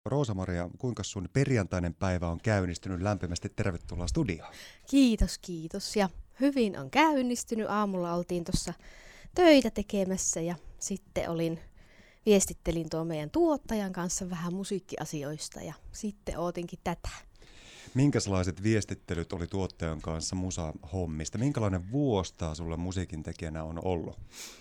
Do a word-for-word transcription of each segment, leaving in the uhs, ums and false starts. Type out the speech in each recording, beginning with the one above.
Roosamaria, kuinka sun perjantainen päivä on käynnistynyt? Lämpimästi tervetuloa studioon. Kiitos, kiitos. Ja hyvin on käynnistynyt. Aamulla oltiin tuossa töitä tekemässä ja sitten olin, viestittelin tuon meidän tuottajan kanssa vähän musiikkiasioista ja sitten ootinkin tätä. Minkälaiset viestittelyt oli tuottajan kanssa musa-hommista? Minkälainen vuosi tää sulle musiikin tekijänä on ollut?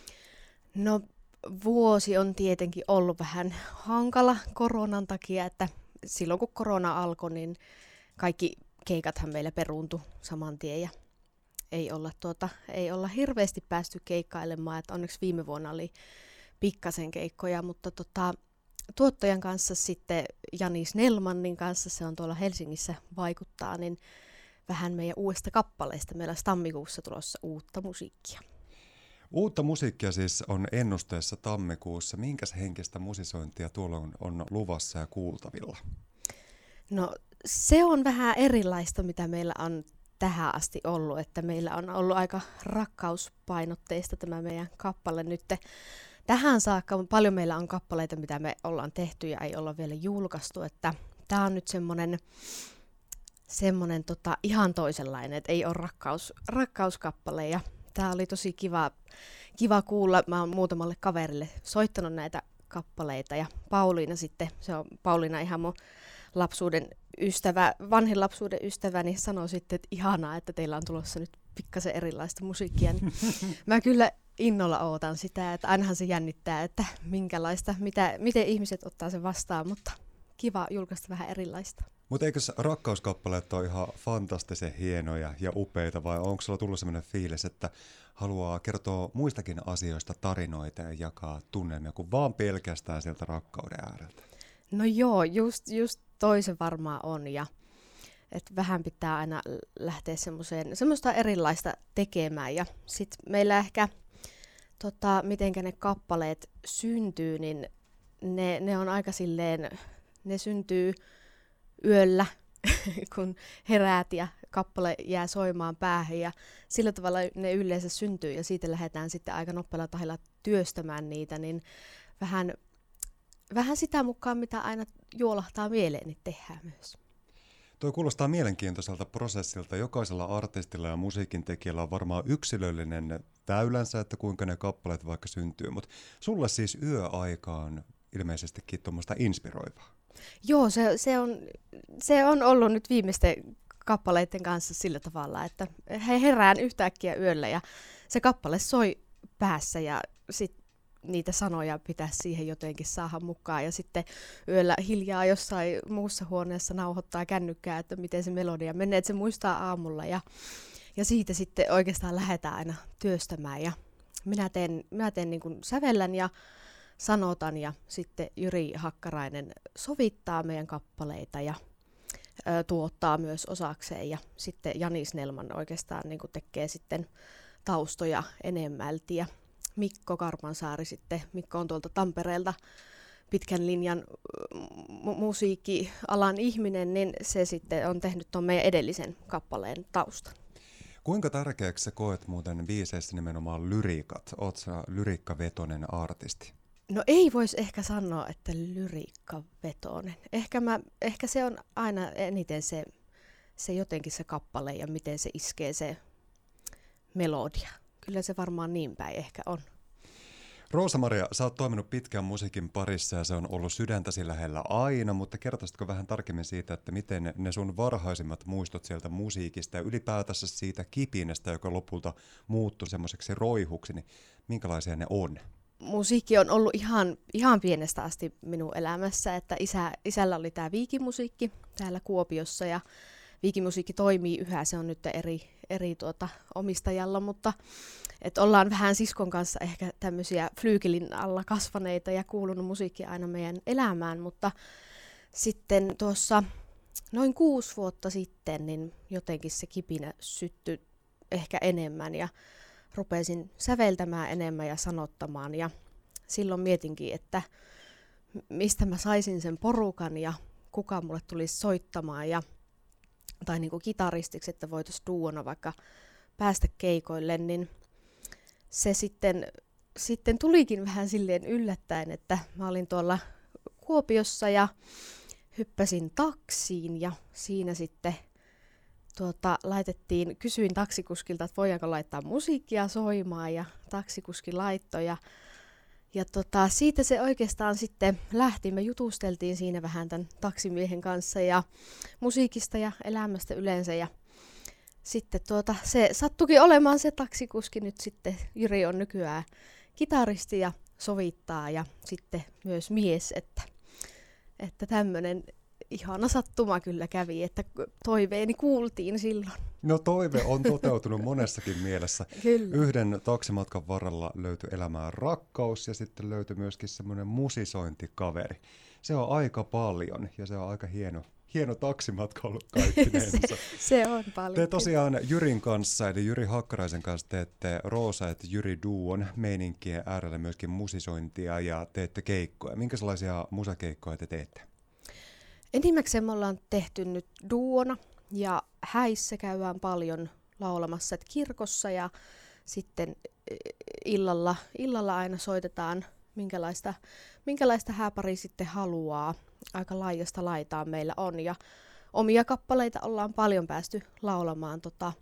No vuosi on tietenkin ollut vähän hankala koronan takia, että silloin kun korona alkoi, niin kaikki keikathan meillä peruuntui saman tien ja ei olla, tuota, ei olla hirveästi päästy keikkailemaan, että onneksi viime vuonna oli pikkasen keikkoja, mutta tota, tuottajan kanssa sitten Janis Nelmannin kanssa, se on tuolla Helsingissä vaikuttaa, niin vähän meidän uudesta kappaleesta. Meillä on tammikuussa tulossa uutta musiikkia. Uutta musiikkia siis on ennusteessa tammikuussa. Minkäs henkistä musisointia tuolla on, on luvassa ja kuultavilla? No se on vähän erilaista, mitä meillä on tähän asti ollut, että meillä on ollut aika rakkauspainotteista tämä meidän kappale nyt. Tähän saakka paljon meillä on kappaleita, mitä me ollaan tehty ja ei olla vielä julkaistu, että tämä on nyt semmoinen semmoinen tota, ihan toisenlainen, että ei ole rakkaus, rakkauskappale ja tämä oli tosi kiva, kiva kuulla. Mä oon muutamalle kaverille soittanut näitä kappaleita ja Pauliina sitten, se on Pauliina ihan mun lapsuuden ystävä, vanhin lapsuuden ystäväni sanoi sitten, että ihanaa, että teillä on tulossa nyt pikkasen erilaista musiikkia. Niin mä kyllä innolla ootan sitä, että ainahan se jännittää, että minkälaista, mitä, miten ihmiset ottaa sen vastaan, mutta kiva julkaista vähän erilaista. Mutta eikö rakkauskappaleet ole ihan fantastisen hienoja ja upeita, vai onko sulla tullut sellainen fiilis, että haluaa kertoa muistakin asioista tarinoita ja jakaa tunnelmia, kuin vaan pelkästään sieltä rakkauden ääreltä? No joo, just, just toisen varmaan on, ja että vähän pitää aina lähteä semmoiseen, semmoista erilaista tekemään, ja sitten meillä ehkä, tota, mitenkä ne kappaleet syntyy, niin ne, ne on aika silleen, ne syntyy yöllä, kun heräät ja kappale jää soimaan päähän ja sillä tavalla ne yleensä syntyy ja siitä lähdetään sitten aika nopealla tahdilla työstämään niitä, niin vähän, vähän sitä mukaan, mitä aina juolahtaa mieleen, niin tehdään myös. Tuo kuulostaa mielenkiintoiselta prosessilta. Jokaisella artistilla ja musiikintekijällä on varmaan yksilöllinen väylänsä, että kuinka ne kappaleet vaikka syntyy, mutta sulla siis yöaika on ilmeisestikin tuommoista inspiroivaa. Joo, se, se, on, se on ollut nyt viimeisten kappaleiden kanssa sillä tavalla, että he herään yhtäkkiä yöllä ja se kappale soi päässä ja sitten niitä sanoja pitäisi siihen jotenkin saada mukaan. Ja sitten yöllä hiljaa jossain muussa huoneessa nauhoittaa kännykkää, että miten se melodia menee, että se muistaa aamulla. Ja, ja siitä sitten oikeastaan lähdetään aina työstämään. Ja minä teen, minä teen niin kuin sävellän ja sanotan ja sitten Jyri Hakkarainen sovittaa meidän kappaleita ja ö, tuottaa myös osakseen ja sitten Janis Nelman oikeastaan niin kuin tekee sitten taustoja enemmälti ja Mikko Karmansaari sitten, Mikko on tuolta Tampereelta pitkän linjan mu- musiikkialan ihminen, niin se sitten on tehnyt tuon meidän edellisen kappaleen taustan. Kuinka tärkeäksi sä koet muuten biiseissä nimenomaan lyriikat? Oot sä lyriikkavetoinen artisti? No ei voisi ehkä sanoa, että lyriikkavetoinen. Ehkä, mä, ehkä se on aina eniten se, se jotenkin se kappale ja miten se iskee se melodia. Kyllä se varmaan niin päin ehkä on. Roosamaria, sä oot toiminut pitkään musiikin parissa ja se on ollut sydäntäsi lähellä aina, mutta kertoisitko vähän tarkemmin siitä, että miten ne sun varhaisimmat muistot sieltä musiikista ja ylipäätänsä siitä kipinästä, joka lopulta muuttui semmoiseksi roihuksi, niin minkälaisia ne on? Musiikki on ollut ihan, ihan pienestä asti minun elämässä, että isä, isällä oli tämä Viikimusiikki täällä Kuopiossa ja Viikimusiikki toimii yhä, se on nyt eri, eri tuota, omistajalla, mutta et ollaan vähän siskon kanssa ehkä tämmöisiä flyykelin alla kasvaneita ja kuulunut musiikkia aina meidän elämään, mutta sitten tuossa noin kuusi vuotta sitten niin jotenkin se kipinä syttyi ehkä enemmän ja rupesin säveltämään enemmän ja sanottamaan ja silloin mietinkin, että mistä mä saisin sen porukan ja kuka mulle tulisi soittamaan ja tai niin kuin kitaristiksi, että voitaisiin duona vaikka päästä keikoille, niin se sitten, sitten tulikin vähän silleen yllättäen, että mä olin tuolla Kuopiossa ja hyppäsin taksiin ja siinä sitten tuota, laitettiin, kysyin taksikuskilta, että voidaanko laittaa musiikkia soimaan ja taksikuski laittoi ja, ja tota, siitä se oikeastaan sitten lähti. Me jutusteltiin siinä vähän tämän taksimiehen kanssa ja musiikista ja elämästä yleensä ja sitten tuota, se sattuikin olemaan se taksikuski nyt sitten. Jyri on nykyään kitaristi ja sovittaa ja sitten myös mies, että, että tämmöinen ihana sattuma kyllä kävi, että toiveeni kuultiin silloin. No toive on toteutunut monessakin mielessä. Kyllä. Yhden taksimatkan varrella löytyi elämään rakkaus ja sitten löytyi myöskin semmoinen musisointikaveri. Se on aika paljon ja se on aika hieno. Hieno taksimatka ollut kaikkinensa. se, se on paljon. Te tosiaan Jyrin kanssa, eli Jyri Hakkaraisen kanssa teette Roosa et Jyri duon meininkien äärellä myöskin musisointia ja teette keikkoja. Minkälaisia musakeikkoja te teette? Enimmäkseen me ollaan tehty nyt duona ja häissä käydään paljon laulamassa, että kirkossa ja sitten illalla, illalla aina soitetaan minkälaista, minkälaista hääpari sitten haluaa. Aika laajasta laitaan meillä on ja omia kappaleita ollaan paljon päästy laulamaan tota,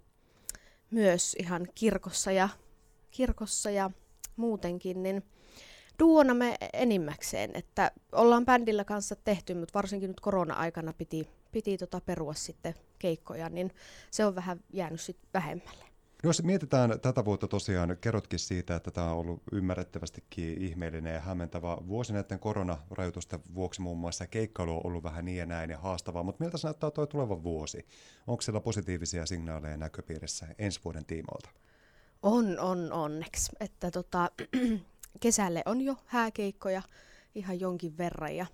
myös ihan kirkossa ja, kirkossa ja muutenkin, niin duona me enimmäkseen, että ollaan bändillä kanssa tehty, mutta varsinkin nyt korona-aikana piti, piti tota perua sitten keikkoja, niin se on vähän jäänyt sitten vähemmälle. Jos mietitään tätä vuotta tosiaan, kerrotkin siitä, että tämä on ollut ymmärrettävästikin ihmeellinen ja hämmentävä vuosi näiden koronarajoitusten vuoksi muun muassa. Keikkailu on ollut vähän niin ja näin ja haastavaa, mutta miltä se näyttää tuo tuleva vuosi? Onko siellä positiivisia signaaleja näköpiirissä ensi vuoden tiimoilta? On, on onneksi. Että tota, kesälle on jo hääkeikkoja ihan jonkin verran ja,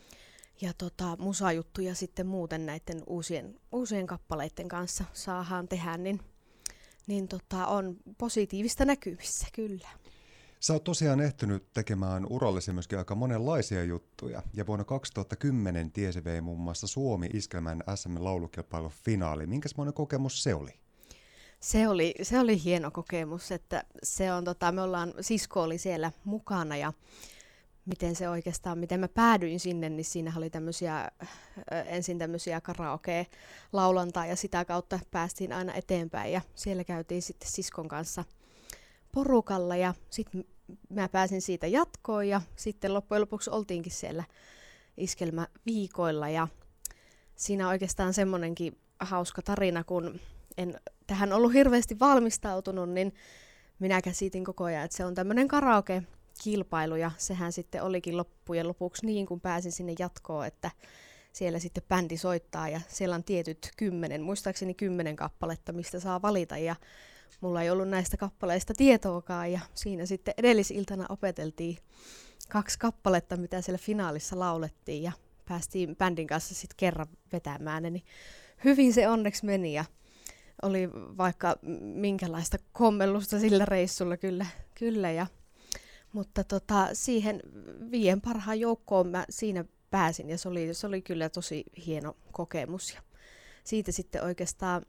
ja tota, musajuttuja sitten muuten näiden uusien, uusien kappaleiden kanssa saadaan tehdä, niin niin tota, on positiivista näkymissä, kyllä. Sä oot tosiaan ehtinyt tekemään urallisia myöskin aika monenlaisia juttuja, ja vuonna kaksituhattakymmenen tiesi vei muun muassa Suomi-iskelmän S M-laulukilpailun finaali. Minkälainen kokemus se oli? Se oli, se oli hieno kokemus, että se on, tota, me ollaan, sisko oli siellä mukana, ja miten se oikeastaan, miten mä päädyin sinne, niin siinä oli tämmöisiä, ensin tämmöisiä karaoke-laulantaa ja sitä kautta päästiin aina eteenpäin ja siellä käytiin sitten siskon kanssa porukalla ja sitten mä pääsin siitä jatkoon ja sitten loppujen lopuksi oltiinkin siellä iskelmäviikoilla ja siinä on oikeastaan semmoinenkin hauska tarina, kun en tähän ollut hirveästi valmistautunut, niin minä käsitin koko ajan, että se on tämmöinen karaoke kilpailu ja sehän sitten olikin loppujen lopuksi niin, kun pääsin sinne jatkoon, että siellä sitten bändi soittaa ja siellä on tietyt kymmenen, muistaakseni kymmenen kappaletta, mistä saa valita ja mulla ei ollut näistä kappaleista tietoakaan ja siinä sitten edellisiltana opeteltiin kaksi kappaletta, mitä siellä finaalissa laulettiin ja päästiin bändin kanssa sitten kerran vetämään, niin hyvin se onneksi meni ja oli vaikka minkälaista kommellusta sillä reissulla kyllä, kyllä ja mutta tota, siihen viien parhaan joukkoon mä siinä pääsin ja se oli, se oli kyllä tosi hieno kokemus. Ja siitä sitten oikeastaan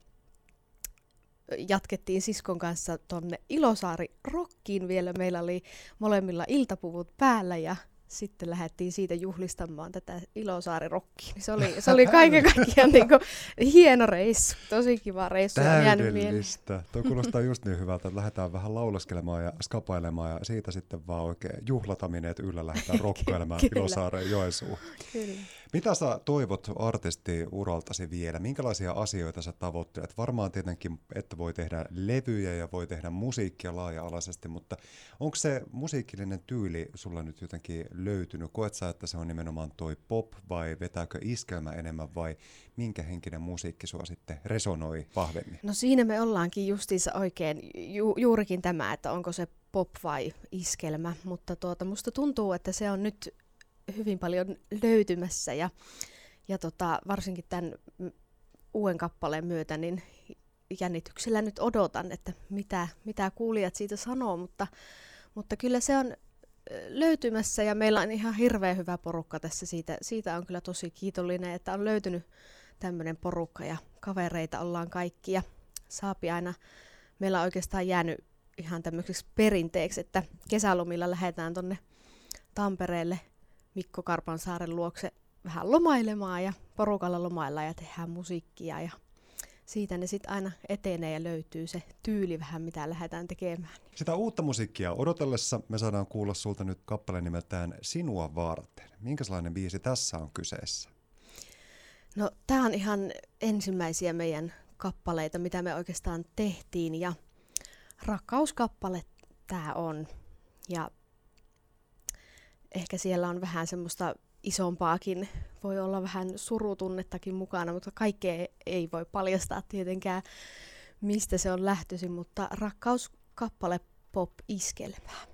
jatkettiin siskon kanssa tuonne Ilosaari-rockiin vielä. Meillä oli molemmilla iltapuvut päällä ja sitten lähdettiin siitä juhlistamaan tätä Ilosaari-rockia. Se oli, se oli kaiken kaikkiaan niin kuin hieno reissu, tosi kiva reissu. Täydellistä. Tuo kuulostaa just niin hyvältä, että lähdetään vähän laulaskelemaan ja skapailemaan ja siitä sitten vaan oikein juhlataminen, että yllä lähdetään rokkailemaan Ilosaareen Joensuuhun. Kyllä. Mitä sä toivot artistiuraltasi vielä? Minkälaisia asioita sä tavoittelet? Varmaan tietenkin, että voi tehdä levyjä ja voi tehdä musiikkia laaja-alaisesti, mutta onko se musiikillinen tyyli sulla nyt jotenkin löytynyt? Koet sä, että se on nimenomaan toi pop vai vetääkö iskelmä enemmän vai minkä henkinen musiikki sua sitten resonoi vahvemmin? No siinä me ollaankin justiinsa oikein ju- juurikin tämä, että onko se pop vai iskelmä, mutta tuota, musta tuntuu, että se on nyt hyvin paljon löytymässä ja, ja tota, varsinkin tämän uuden kappaleen myötä niin jännityksellä nyt odotan, että mitä, mitä kuulijat siitä sanoo, mutta, mutta kyllä se on löytymässä ja meillä on ihan hirveän hyvä porukka tässä. Siitä, siitä on kyllä tosi kiitollinen, että on löytynyt tämmöinen porukka ja kavereita ollaan kaikki ja saapi aina. Meillä on oikeastaan jäänyt ihan tämmöiseksi perinteeksi, että kesälomilla lähdetään tonne Tampereelle Mikko Karpansaaren luokse vähän lomailemaan ja porukalla lomaillaan ja tehdään musiikkia ja siitä ne sitten aina etenee ja löytyy se tyyli vähän, mitä lähdetään tekemään. Sitä uutta musiikkia odotellessa me saadaan kuulla sulta nyt kappale nimeltään Sinua varten. Minkälainen biisi tässä on kyseessä? No tää on ihan ensimmäisiä meidän kappaleita, mitä me oikeastaan tehtiin ja rakkauskappale tää on. Ja ehkä siellä on vähän semmoista isompaakin, voi olla vähän surutunnettakin mukana, mutta kaikkea ei voi paljastaa tietenkään, mistä se on lähtöisin, mutta rakkauskappale pop-iskelmää.